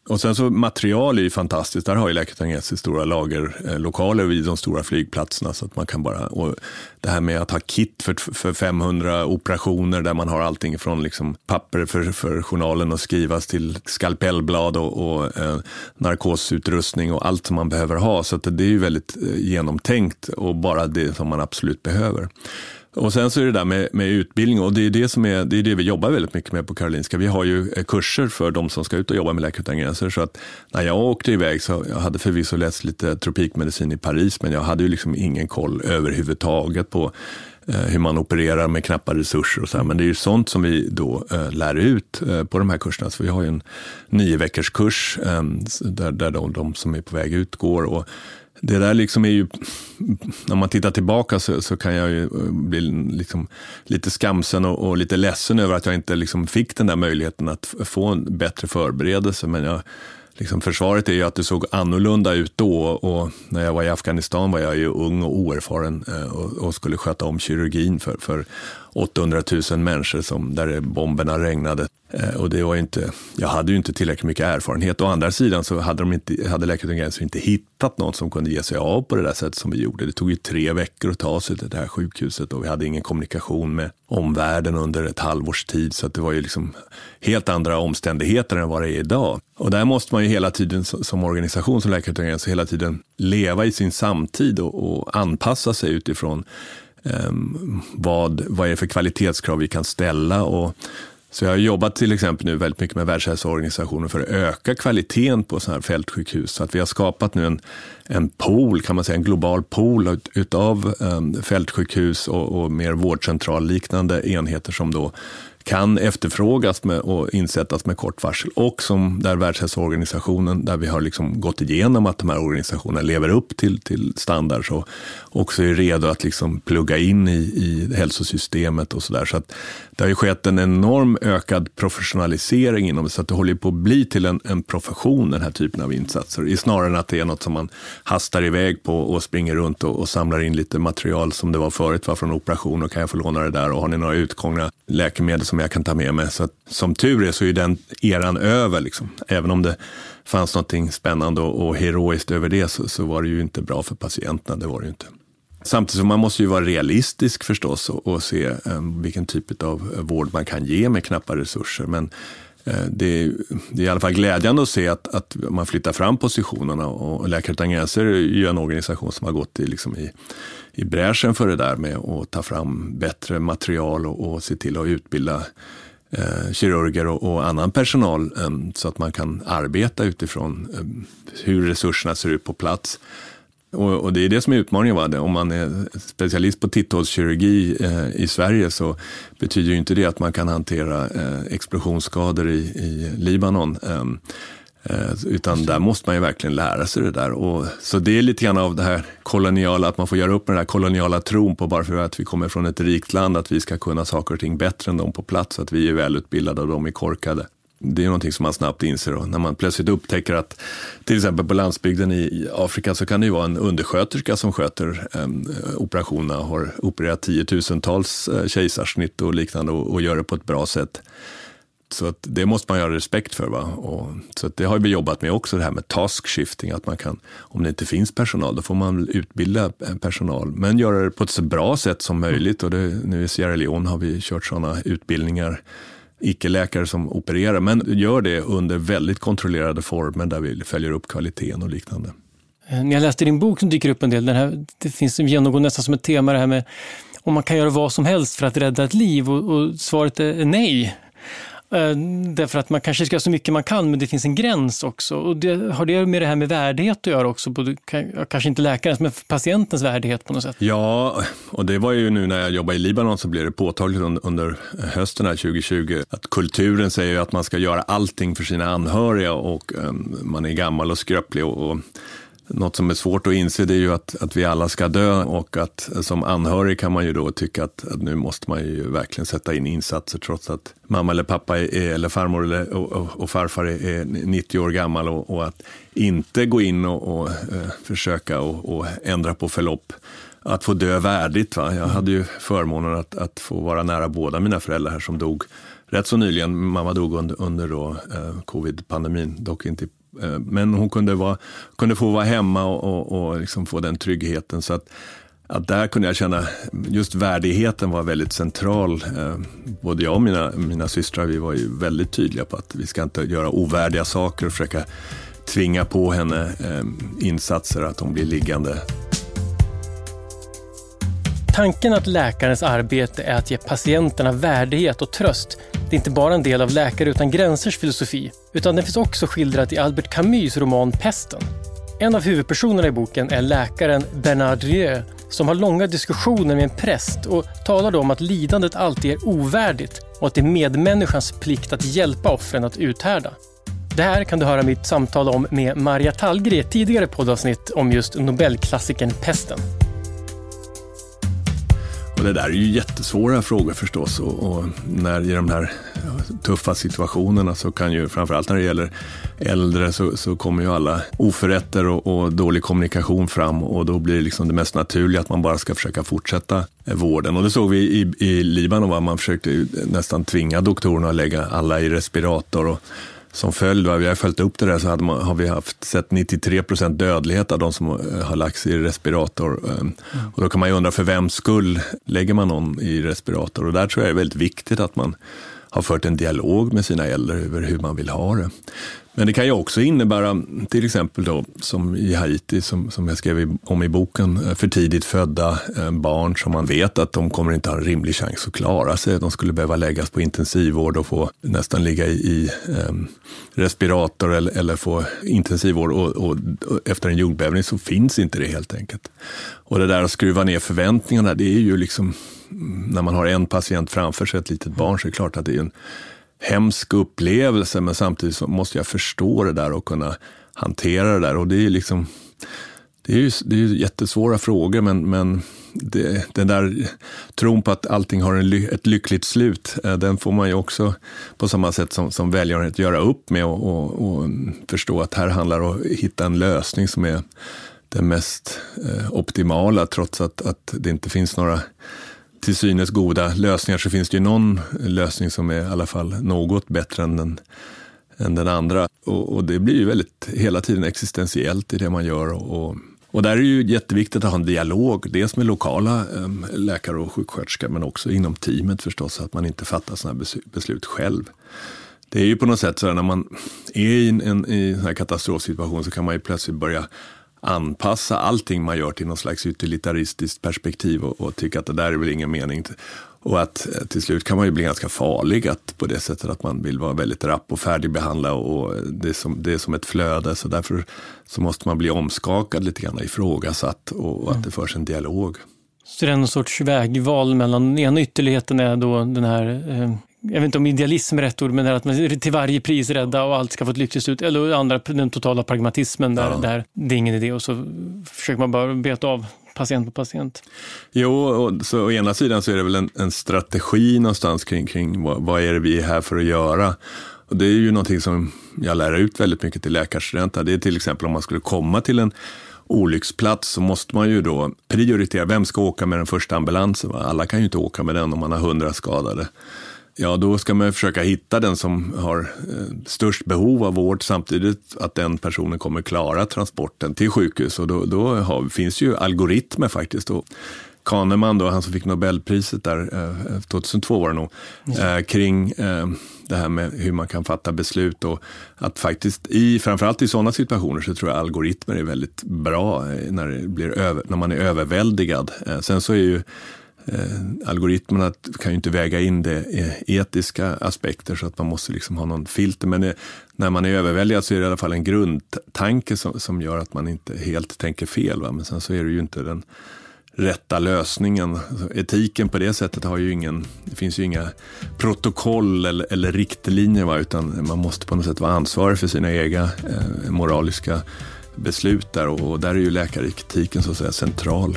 Och sen så material är ju fantastiskt. Där har ju Läkare Utan Gränser stora lagerlokaler vid de stora flygplatserna så att man kan bara, och det här med att ha kit för, för femhundra operationer där man har allting från liksom papper för, för journalen att skrivas till skalpellblad och, och eh, narkosutrustning och allt som man behöver ha. Så att det är ju väldigt eh, genomtänkt och bara det som man absolut behöver. Och sen så är det där med, med utbildning och det är det som är, det är det vi jobbar väldigt mycket med på Karolinska. Vi har ju kurser för de som ska ut och jobba med Läkare Utan Gränser, så att när jag åkte iväg så jag hade förvisso läst lite tropikmedicin i Paris, men jag hade ju liksom ingen koll överhuvudtaget på eh, hur man opererar med knappa resurser och så här. Men det är ju sånt som vi då eh, lär ut eh, på de här kurserna. Så vi har ju en nio veckors kurs eh, där, där de, de som är på väg ut går, och det där liksom är ju, när man tittar tillbaka så, så kan jag ju bli liksom lite skamsen och, och lite ledsen över att jag inte liksom fick den där möjligheten att få en bättre förberedelse. Men jag, liksom försvaret är ju att det såg annorlunda ut då, och när jag var i Afghanistan var jag ju ung och oerfaren och, och skulle sköta om kirurgin för, för åttahundratusen människor som, där bomberna regnade. Och det var ju inte, jag hade ju inte tillräckligt mycket erfarenhet. Å andra sidan så hade, de inte, hade Läkare Utan Gränser inte hittat någon som kunde ge sig av på det där sättet som vi gjorde. Det tog ju tre veckor att ta sig till det här sjukhuset och vi hade ingen kommunikation med omvärlden under ett halvårs tid. Så att det var ju liksom helt andra omständigheter än vad det är idag. Och där måste man ju hela tiden som organisation, som Läkare Utan Gränser, hela tiden leva i sin samtid och, och anpassa sig utifrån um, vad, vad är det för kvalitetskrav vi kan ställa. Och så jag har jobbat till exempel nu väldigt mycket med Världshälsoorganisationen för att öka kvaliteten på sådana här fältsjukhus. Så att vi har skapat nu en, en pool, kan man säga, en global pool utav um, fältsjukhus och, och mer vårdcentralliknande enheter som då kan efterfrågas med och insättas med kort varsel, och som där Världshälsoorganisationen, där vi har liksom gått igenom att de här organisationerna lever upp till, till standards och också är redo att liksom plugga in i, i hälsosystemet och sådär. Så att det har ju skett en enorm ökad professionalisering inom det, så att det håller på att bli till en, en profession, den här typen av insatser, i snarare än att det är något som man hastar iväg på och springer runt och, och samlar in lite material som det var förut, var från operation, och kan jag få låna det där, och har ni några utgångna läkemedel som jag kan ta med mig. Så att, som tur är så är den eran över liksom. Även om det fanns något spännande och, och heroiskt över det, så, så var det ju inte bra för patienterna, det var det ju inte. Samtidigt så man måste ju vara realistisk förstås och, och se um, vilken typ av vård man kan ge med knappa resurser. Men uh, det, är, det är i alla fall glädjande att se att, att man flyttar fram positionerna, och Läkare Utan Gränser är ju en organisation som har gått i, liksom i, i bräschen för det där med att ta fram bättre material och, och se till att utbilda eh, kirurger och, och annan personal eh, så att man kan arbeta utifrån eh, hur resurserna ser ut på plats. Och, och det är det som är utmaningen. Va? Om man är specialist på titthålskirurgi eh, i Sverige, så betyder ju inte det att man kan hantera eh, explosionsskador i, i Libanon. Eh, eh, utan där måste man ju verkligen lära sig det där. Och, så det är lite grann av det här koloniala, att man får göra upp med den här koloniala tron på, bara för att vi kommer från ett rikt land, att vi ska kunna saker och ting bättre än de på plats, att vi är välutbildade och de är korkade. Det är någonting som man snabbt inser då. När man plötsligt upptäcker att till exempel på landsbygden i Afrika så kan det ju vara en undersköterska som sköter eh, operationerna, har opererat tiotusentals eh, kejsarsnitt och liknande, och, och gör det på ett bra sätt. Så att det måste man ju ha respekt för. Va? Och, så att det har vi jobbat med också, det här med task shifting, att man kan, om det inte finns personal, då får man utbilda personal, men göra det på ett så bra sätt som möjligt. Och det, nu i Sierra Leone har vi kört sådana utbildningar, icke-läkare som opererar, men gör det under väldigt kontrollerade former där vi följer upp kvaliteten och liknande. När jag läste din bok som dyker upp en del, den här, det finns genomgående nästan som ett tema det här med om man kan göra vad som helst för att rädda ett liv, och, och svaret är nej. Därför att man kanske ska göra så mycket man kan, men det finns en gräns också. Och det, har det med det här med värdighet att göra också? Både, kanske inte läkarens, men patientens värdighet på något sätt. Ja, och det var ju nu när jag jobbade i Libanon, så blev det påtagligt under hösten här tjugo tjugo att kulturen säger att man ska göra allting för sina anhöriga, och um, man är gammal och skröplig, och, och något som är svårt att inse, det är ju att, att vi alla ska dö, och att som anhörig kan man ju då tycka att, att nu måste man ju verkligen sätta in insatser trots att mamma eller pappa är, eller farmor eller, och, och, och farfar är nittio år gammal, och, och att inte gå in och, och uh, försöka och, och ändra på förlopp. Att få dö värdigt. Va? Jag hade ju förmånen att, att få vara nära båda mina föräldrar här som dog rätt så nyligen. Mamma dog under, under då, eh, covid-pandemin, dock inte Men hon kunde, vara, kunde få vara hemma och, och, och liksom få den tryggheten. Så att, att där kunde jag känna, just värdigheten var väldigt central. Både jag och mina, mina systrar, vi var ju väldigt tydliga på att vi ska inte göra ovärdiga saker och försöka tvinga på henne insatser, att hon blir liggande. Tanken att läkarens arbete är att ge patienterna värdighet och tröst, det är inte bara en del av Läkare utan gränsers filosofi, utan den finns också skildrat i Albert Camus' roman Pesten. En av huvudpersonerna i boken är läkaren Bernard Rieu, som har långa diskussioner med en präst och talar då om att lidandet alltid är ovärdigt och att det är medmänniskans plikt att hjälpa offren att uthärda. Det här kan du höra mitt samtal om med Maria Tallgren i ett tidigare poddavsnitt om just Nobelklassikern Pesten. Och det där är ju jättesvåra frågor förstås, och, och när i de här tuffa situationerna så kan ju, framförallt när det gäller äldre, så, så kommer ju alla oförrätter och, och dålig kommunikation fram, och då blir det liksom det mest naturliga att man bara ska försöka fortsätta vården. Och det såg vi i, i Libanon, var man försökte ju nästan tvinga doktorerna att lägga alla i respirator, och som följd, vi har följt upp det där, så hade man, har vi haft sett nittiotre procent dödlighet av de som har lagts i respirator. Mm. Och då kan man ju undra, för vem skull lägger man någon i respirator? Och där tror jag det är väldigt viktigt att man har fört en dialog med sina äldre över hur man vill ha det. Men det kan ju också innebära, till exempel då, som i Haiti, som, som jag skrev om i boken, för tidigt födda barn som man vet att de kommer inte ha en rimlig chans att klara sig. De skulle behöva läggas på intensivvård och få nästan ligga i, i um, respirator eller, eller få intensivvård, och, och, och efter en jordbävning så finns inte det helt enkelt. Och det där att skruva ner förväntningarna, det är ju liksom, när man har en patient framför sig, ett litet barn, så är det klart att det är en hemsk upplevelse, men samtidigt så måste jag förstå det där och kunna hantera det där. Och det är ju liksom, det är ju, det är ju jättesvåra frågor, men, men det, den där tron på att allting har en, ett lyckligt slut, den får man ju också på samma sätt som, som väljaren att göra upp med, och, och, och förstå att här handlar det om att hitta en lösning som är den mest eh, optimala, trots att, att det inte finns några till synes goda lösningar, så finns det ju någon lösning som är i alla fall något bättre än den, än den andra. Och, och det blir ju väldigt hela tiden existentiellt i det man gör. Och, och, och där är det ju jätteviktigt att ha en dialog, dels med lokala eh, läkare och sjuksköterskor, men också inom teamet förstås, så att man inte fattar sådana här beslut själv. Det är ju på något sätt så att när man är i en, en, i en här katastrofsituation, så kan man ju plötsligt börja anpassa allting man gör till någon slags utilitaristiskt perspektiv, och, och tycka att det där är väl ingen mening. Och att till slut kan man ju bli ganska farlig, att på det sättet att man vill vara väldigt rapp och färdigbehandla, och det är som, det är som ett flöde, så därför så måste man bli omskakad lite grann, ifrågasatt, och, och att det förs en dialog. Så det är en sorts vägval mellan den ena ytterligheten är då den här, eh, jag vet inte om idealism är rätt ord, men det är att man till varje pris rädda och allt ska få ett lyckligt slut, eller andra, den totala pragmatismen där, ja. där det är ingen idé, och så försöker man bara beta av patient på patient. Jo, och så å ena sidan så är det väl en, en strategi någonstans kring, kring vad, vad är det vi är här för att göra. Och det är ju någonting som jag lär ut väldigt mycket till läkarstudenter. Det är till exempel om man skulle komma till en olycksplats, så måste man ju då prioritera, vem ska åka med den första ambulansen? Alla kan ju inte åka med den om man har hundra skadade. Ja, då ska man försöka hitta den som har eh, störst behov av vård, samtidigt att den personen kommer klara transporten till sjukhus. Och då, då har, finns ju algoritmer faktiskt. Och Kahneman då, han som fick Nobelpriset där, eh, tjugohundratvå var det nog, eh, kring eh, det här med hur man kan fatta beslut, och att faktiskt i, framförallt i sådana situationer, så tror jag algoritmer är väldigt bra när, det blir över, när man är överväldigad. Eh, sen så är ju Eh, algoritmerna kan ju inte väga in det eh, etiska aspekter, så att man måste liksom ha någon filter, men eh, när man är överväldigad så är det i alla fall en grundtanke som, som gör att man inte helt tänker fel, va? Men sen så är det ju inte den rätta lösningen. Alltså, etiken på det sättet har ju ingen, det finns ju inga protokoll eller, eller riktlinjer, va? Utan man måste på något sätt vara ansvarig för sina egna eh, moraliska beslut där, och, och där är ju läkaretiken så att säga central.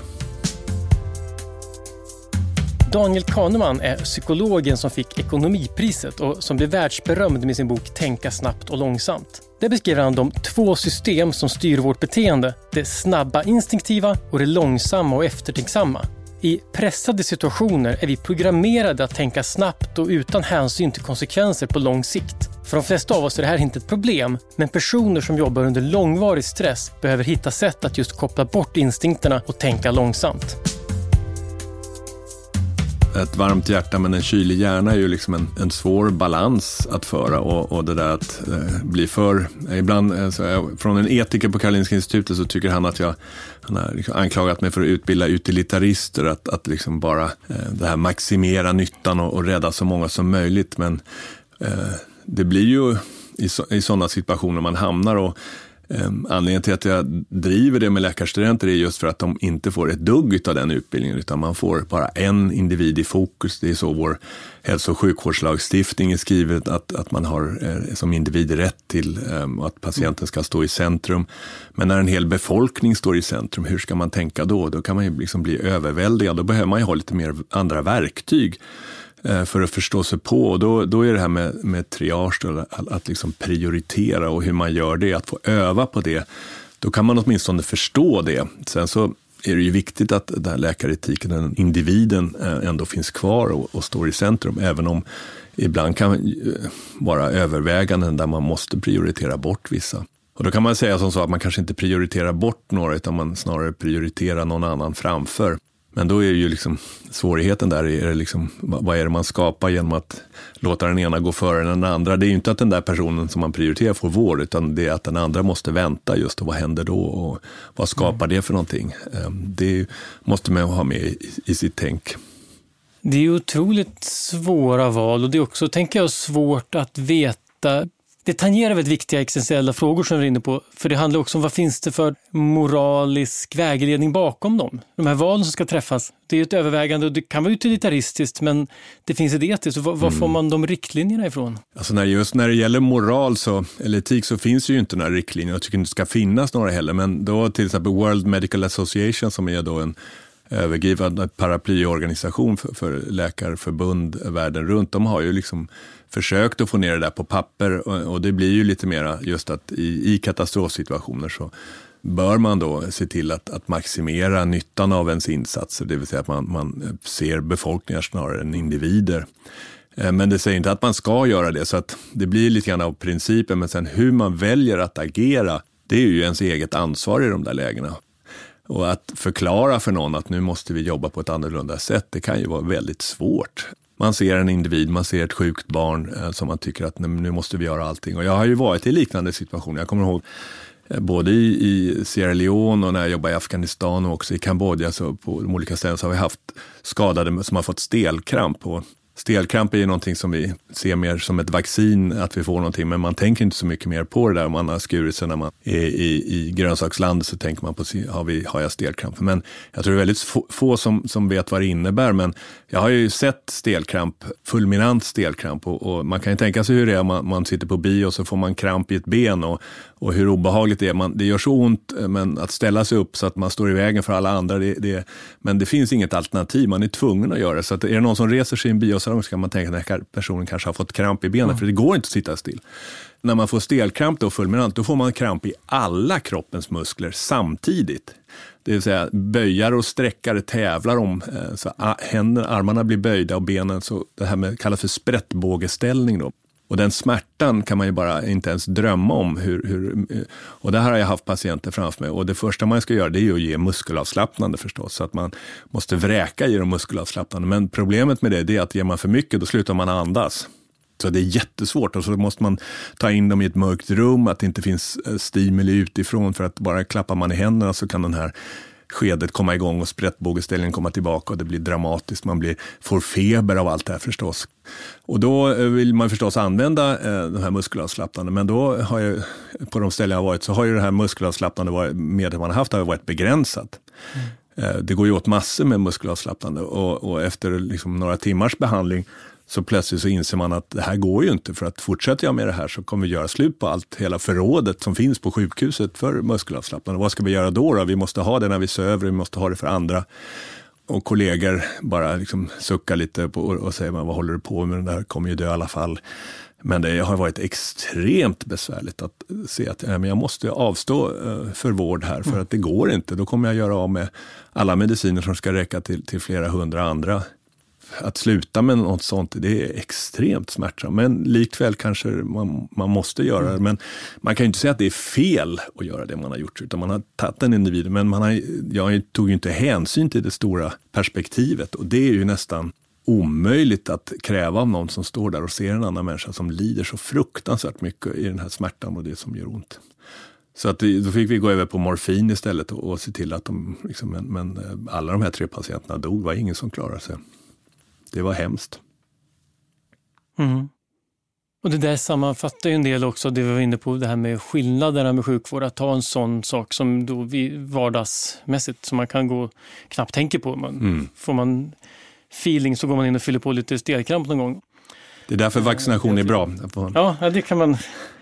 Daniel Kahneman är psykologen som fick ekonomipriset och som blev världsberömd med sin bok Tänka snabbt och långsamt. Där beskriver han de två system som styr vårt beteende, det snabba instinktiva och det långsamma och eftertänksamma. I pressade situationer är vi programmerade att tänka snabbt och utan hänsyn till konsekvenser på lång sikt. För de flesta av oss är det här inte ett problem, men personer som jobbar under långvarig stress behöver hitta sätt att just koppla bort instinkterna och tänka långsamt. Ett varmt hjärta men en kylig hjärna är ju liksom en, en svår balans att föra, och, och det där att eh, bli för, ibland alltså, jag, från en etiker på Karolinska institutet så tycker han att jag, han har liksom anklagat mig för att utbilda utilitarister, att, att liksom bara eh, det här maximera nyttan och, och rädda så många som möjligt, men eh, det blir ju i, så, i sådana situationer man hamnar, och Um, anledningen till att jag driver det med läkarstudenter är just för att de inte får ett dugg av den utbildningen, utan man får bara en individ i fokus. Det är så vår hälso- och sjukvårdslagstiftning är skrivet, att, att man har eh, som individ rätt till um, att patienten ska stå i centrum. Men när en hel befolkning står i centrum, hur ska man tänka då? Då kan man ju liksom bli överväldigad. Då behöver man ju ha lite mer andra verktyg för att förstå sig på, och då, då är det här med, med triage, då, att, att liksom prioritera, och hur man gör det, att få öva på det, då kan man åtminstone förstå det. Sen så är det ju viktigt att den här läkaretiken, den individen ändå finns kvar och, och står i centrum, även om ibland kan vara överväganden där man måste prioritera bort vissa. Och då kan man säga som så att man kanske inte prioriterar bort några, utan man snarare prioriterar någon annan framför. Men då är ju liksom svårigheten där, är det liksom, vad är det man skapar genom att låta den ena gå före den andra? Det är ju inte att den där personen som man prioriterar får vård, utan det är att den andra måste vänta just, och vad händer då, och vad skapar det för någonting? Det måste man ha med i, i sitt tänk. Det är ju otroligt svåra val, och det är också, tänker jag, svårt att veta. Det tangerar väldigt viktiga existentiella frågor som vi är inne på, för det handlar också om vad finns det för moralisk vägledning bakom dem. De här valen som ska träffas, det är ju ett övervägande, och det kan vara utilitaristiskt, men det finns ett etiskt, och var, var får man de riktlinjerna ifrån? Alltså när, just när det gäller moral så, eller etik, så finns det ju inte några riktlinjer. Jag tycker inte det ska finnas några heller, men då till exempel World Medical Association, som är då en övergripande paraplyorganisation för, för läkarförbund världen runt, de har ju liksom försökt att få ner det där på papper, och, och det blir ju lite mera just att i, i katastrofsituationer så bör man då se till att, att maximera nyttan av ens insatser, det vill säga att man, man ser befolkningar snarare än individer. Men det säger inte att man ska göra det, så att det blir lite grann av principen, men sen hur man väljer att agera, det är ju ens eget ansvar i de där lägena. Och att förklara för någon att nu måste vi jobba på ett annorlunda sätt, det kan ju vara väldigt svårt. Man ser en individ, man ser ett sjukt barn eh, som man tycker att nu måste vi göra allting. Och jag har ju varit i liknande situationer. Jag kommer ihåg eh, både i, i Sierra Leone och när jag jobbade i Afghanistan och också i Kambodja, så på de olika ställen så har vi haft skadade som har fått stelkramp. Och stelkramp är ju någonting som vi ser mer som ett vaccin, att vi får någonting, men man tänker inte så mycket mer på det där. Om man har skurit sig när man är i, i grönsakslandet, så tänker man på, har, vi, har jag stelkramp? Men jag tror det är väldigt få, få som, som vet vad det innebär, men jag har ju sett stelkramp, fulminant stelkramp, och, och man kan ju tänka sig hur det är om man, man sitter på bio och så får man kramp i ett ben, och, och hur obehagligt det är. Man, det gör så ont, men att ställa sig upp så att man står i vägen för alla andra, det, det, men det finns inget alternativ, man är tvungen att göra det. Så att är det någon som reser sig i en biosalong, så kan man tänka att den här personen kanske har fått kramp i benen, mm. för det går inte att sitta still. När man får stelkramp då fulminant, då får man kramp i alla kroppens muskler samtidigt. Det vill säga böjar och sträckare tävlar om, så händerna, armarna blir böjda och benen, så det här med, kallas för sprättbågeställning då. Och den smärtan kan man ju bara inte ens drömma om. Hur, hur, och där har jag haft patienter framför mig. Och det första man ska göra, det är ju att ge muskelavslappnande förstås. Så att man måste vräka i de muskelavslappnande. Men problemet med det, det är att ger man för mycket, då slutar man andas. Så det är jättesvårt, och så måste man ta in dem i ett mörkt rum, att det inte finns stimuli utifrån, för att bara klappar man i händerna så kan den här skedet komma igång och sprättbågeställningen komma tillbaka, och det blir dramatiskt. Man blir, får feber av allt det här förstås. Och då vill man förstås använda eh, de här muskelavslappnande, men då har jag, på de ställen jag har varit, så har ju det här muskelavslappnande medel man har haft har varit begränsat. Mm. Eh, det går ju åt massor med muskelavslappnande, och, och efter liksom några timmars behandling så plötsligt så inser man att det här går ju inte, för att fortsätter jag med det här så kommer vi göra slut på allt, hela förrådet som finns på sjukhuset för muskelavslappnande. Vad ska vi göra då då? Vi måste ha det när vi söver, vi måste ha det för andra. Och kollegor bara liksom suckar lite på och säger, vad håller du på med, den där kommer ju dö i alla fall. Men det har varit extremt besvärligt att se att äh, men jag måste avstå äh, för vård här, för mm. att det går inte. Då kommer jag göra av med alla mediciner som ska räcka till, till flera hundra andra. att sluta med något sånt, det är extremt smärtsamt. Men likväl kanske man, man måste göra det. Men man kan ju inte säga att det är fel att göra det man har gjort. Utan man har tagit en individ. Men man har, jag tog ju inte hänsyn till det stora perspektivet. Och det är ju nästan omöjligt att kräva av någon som står där och ser en annan människa som lider så fruktansvärt mycket i den här smärtan och det som gör ont. Så att då fick vi gå över på morfin istället och, och se till att de, liksom, men, men alla de här tre patienterna dog, det var ingen som klarade sig. Det var hemskt. Mm. Och det där sammanfattar ju en del också, det vi var inne på, det här med skillnaderna med sjukvård, att ta en sån sak som då vi vardagsmässigt som man kan gå knappt tänka på. Man, mm. Får man feeling så går man in och fyller på lite stelkramp någon gång. Det är därför vaccination är bra. Ja, det kan man.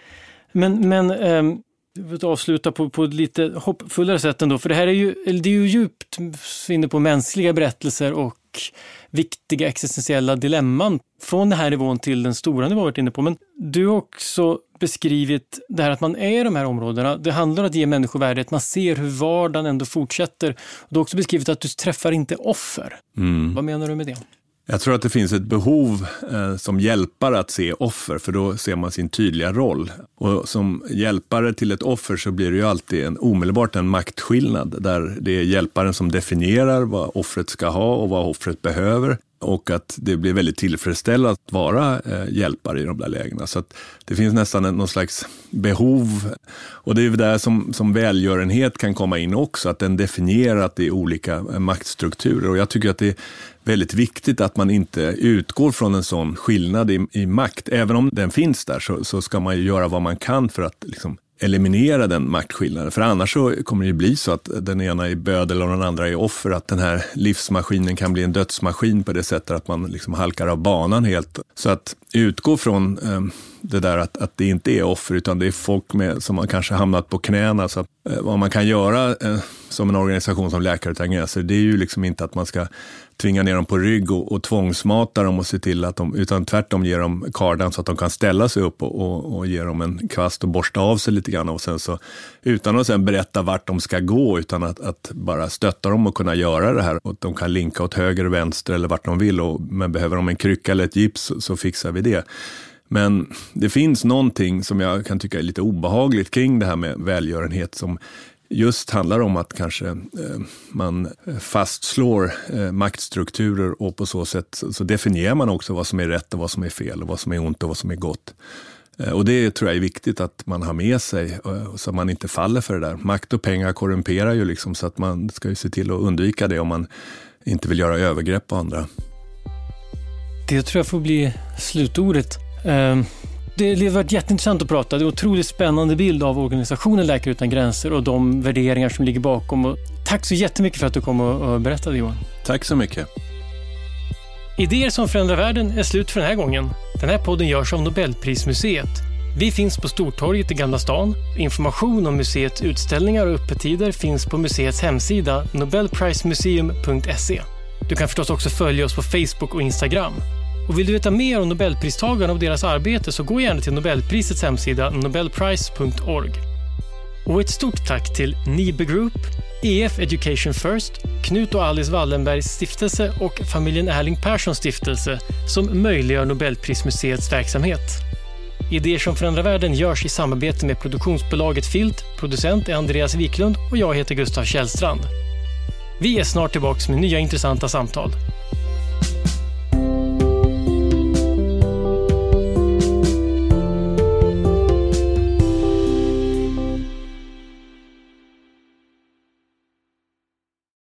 Men, men ähm, jag vill avsluta på, på ett lite hoppfullare sätt ändå, för det här är ju, det är ju djupt inne på mänskliga berättelser och viktiga existentiella dilemman från den här nivån till den stora nivån varit inne på. Men du har också beskrivit det här att man är i de här områdena. Det handlar om att ge människor värdighet. Man ser hur vardagen ändå fortsätter. Du har också beskrivit att du träffar inte offer. Mm. Vad menar du med det? Jag tror att det finns ett behov eh, som hjälpare att se offer, för då ser man sin tydliga roll. Och som hjälpare till ett offer så blir det ju alltid en, omedelbart en maktskillnad där det är hjälparen som definierar vad offret ska ha och vad offret behöver. Och att det blir väldigt tillfredsställande att vara eh, hjälpare i de där lägena. Så att det finns nästan en, någon slags behov. Och det är ju där som, som välgörenhet kan komma in också. Att den definierar att det är olika eh, maktstrukturer. Och jag tycker att det är väldigt viktigt att man inte utgår från en sån skillnad i, i makt. Även om den finns där så, så ska man ju göra vad man kan för att liksom eliminera den maktskillnaden. För annars så kommer det ju bli så att den ena är bödel och den andra är offer. Att den här livsmaskinen kan bli en dödsmaskin på det sättet att man liksom halkar av banan helt. Så att utgå från eh, det där att, att det inte är offer utan det är folk med, som har kanske hamnat på knäna. Så att, eh, vad man kan göra eh, som en organisation som Läkare utan gränser, det är ju liksom inte att man ska tvinga ner dem på rygg och, och tvångsmata dem och se till att de, utan tvärtom ger dem kardan så att de kan ställa sig upp och, och, och ge dem en kvast och borsta av sig lite grann och sen så, utan att sen berätta vart de ska gå utan att, att bara stötta dem och kunna göra det här och att de kan linka åt höger och vänster eller vart de vill och, men behöver de en krycka eller ett gips så, så fixar vi det. Men det finns någonting som jag kan tycka är lite obehagligt kring det här med välgörenhet som just handlar om att kanske eh, man fastslår eh, maktstrukturer och på så sätt så, så definierar man också vad som är rätt och vad som är fel och vad som är ont och vad som är gott. Eh, och det tror jag är viktigt att man har med sig eh, så att man inte faller för det där. Makt och pengar korrumperar ju liksom så att man ska ju se till att undvika det om man inte vill göra övergrepp på andra. Det tror jag får bli slutordet. Eh... Det har varit jätteintressant att prata. Det är en otroligt spännande bild av organisationen Läkare utan gränser och de värderingar som ligger bakom. Och tack så jättemycket för att du kom och berättade, Johan. Tack så mycket. Idéer som förändrar världen är slut för den här gången. Den här podden görs av Nobelprismuseet. Vi finns på Stortorget i Gamla stan. Information om museets utställningar och öppettider finns på museets hemsida nobelprismuseum punkt se. Du kan förstås också följa oss på Facebook och Instagram. Och vill du veta mer om Nobelpristagarna och deras arbete så gå gärna till Nobelprisets hemsida nobelprice punkt org. Och ett stort tack till Nibe Group, E F Education First, Knut och Alice Wallenbergs stiftelse och familjen Erling Perssons stiftelse som möjliggör Nobelprismuseets verksamhet. Idéer som förändrar världen görs i samarbete med produktionsbolaget Filt, producent är Andreas Wiklund och jag heter Gustav Källstrand. Vi är snart tillbaka med nya intressanta samtal.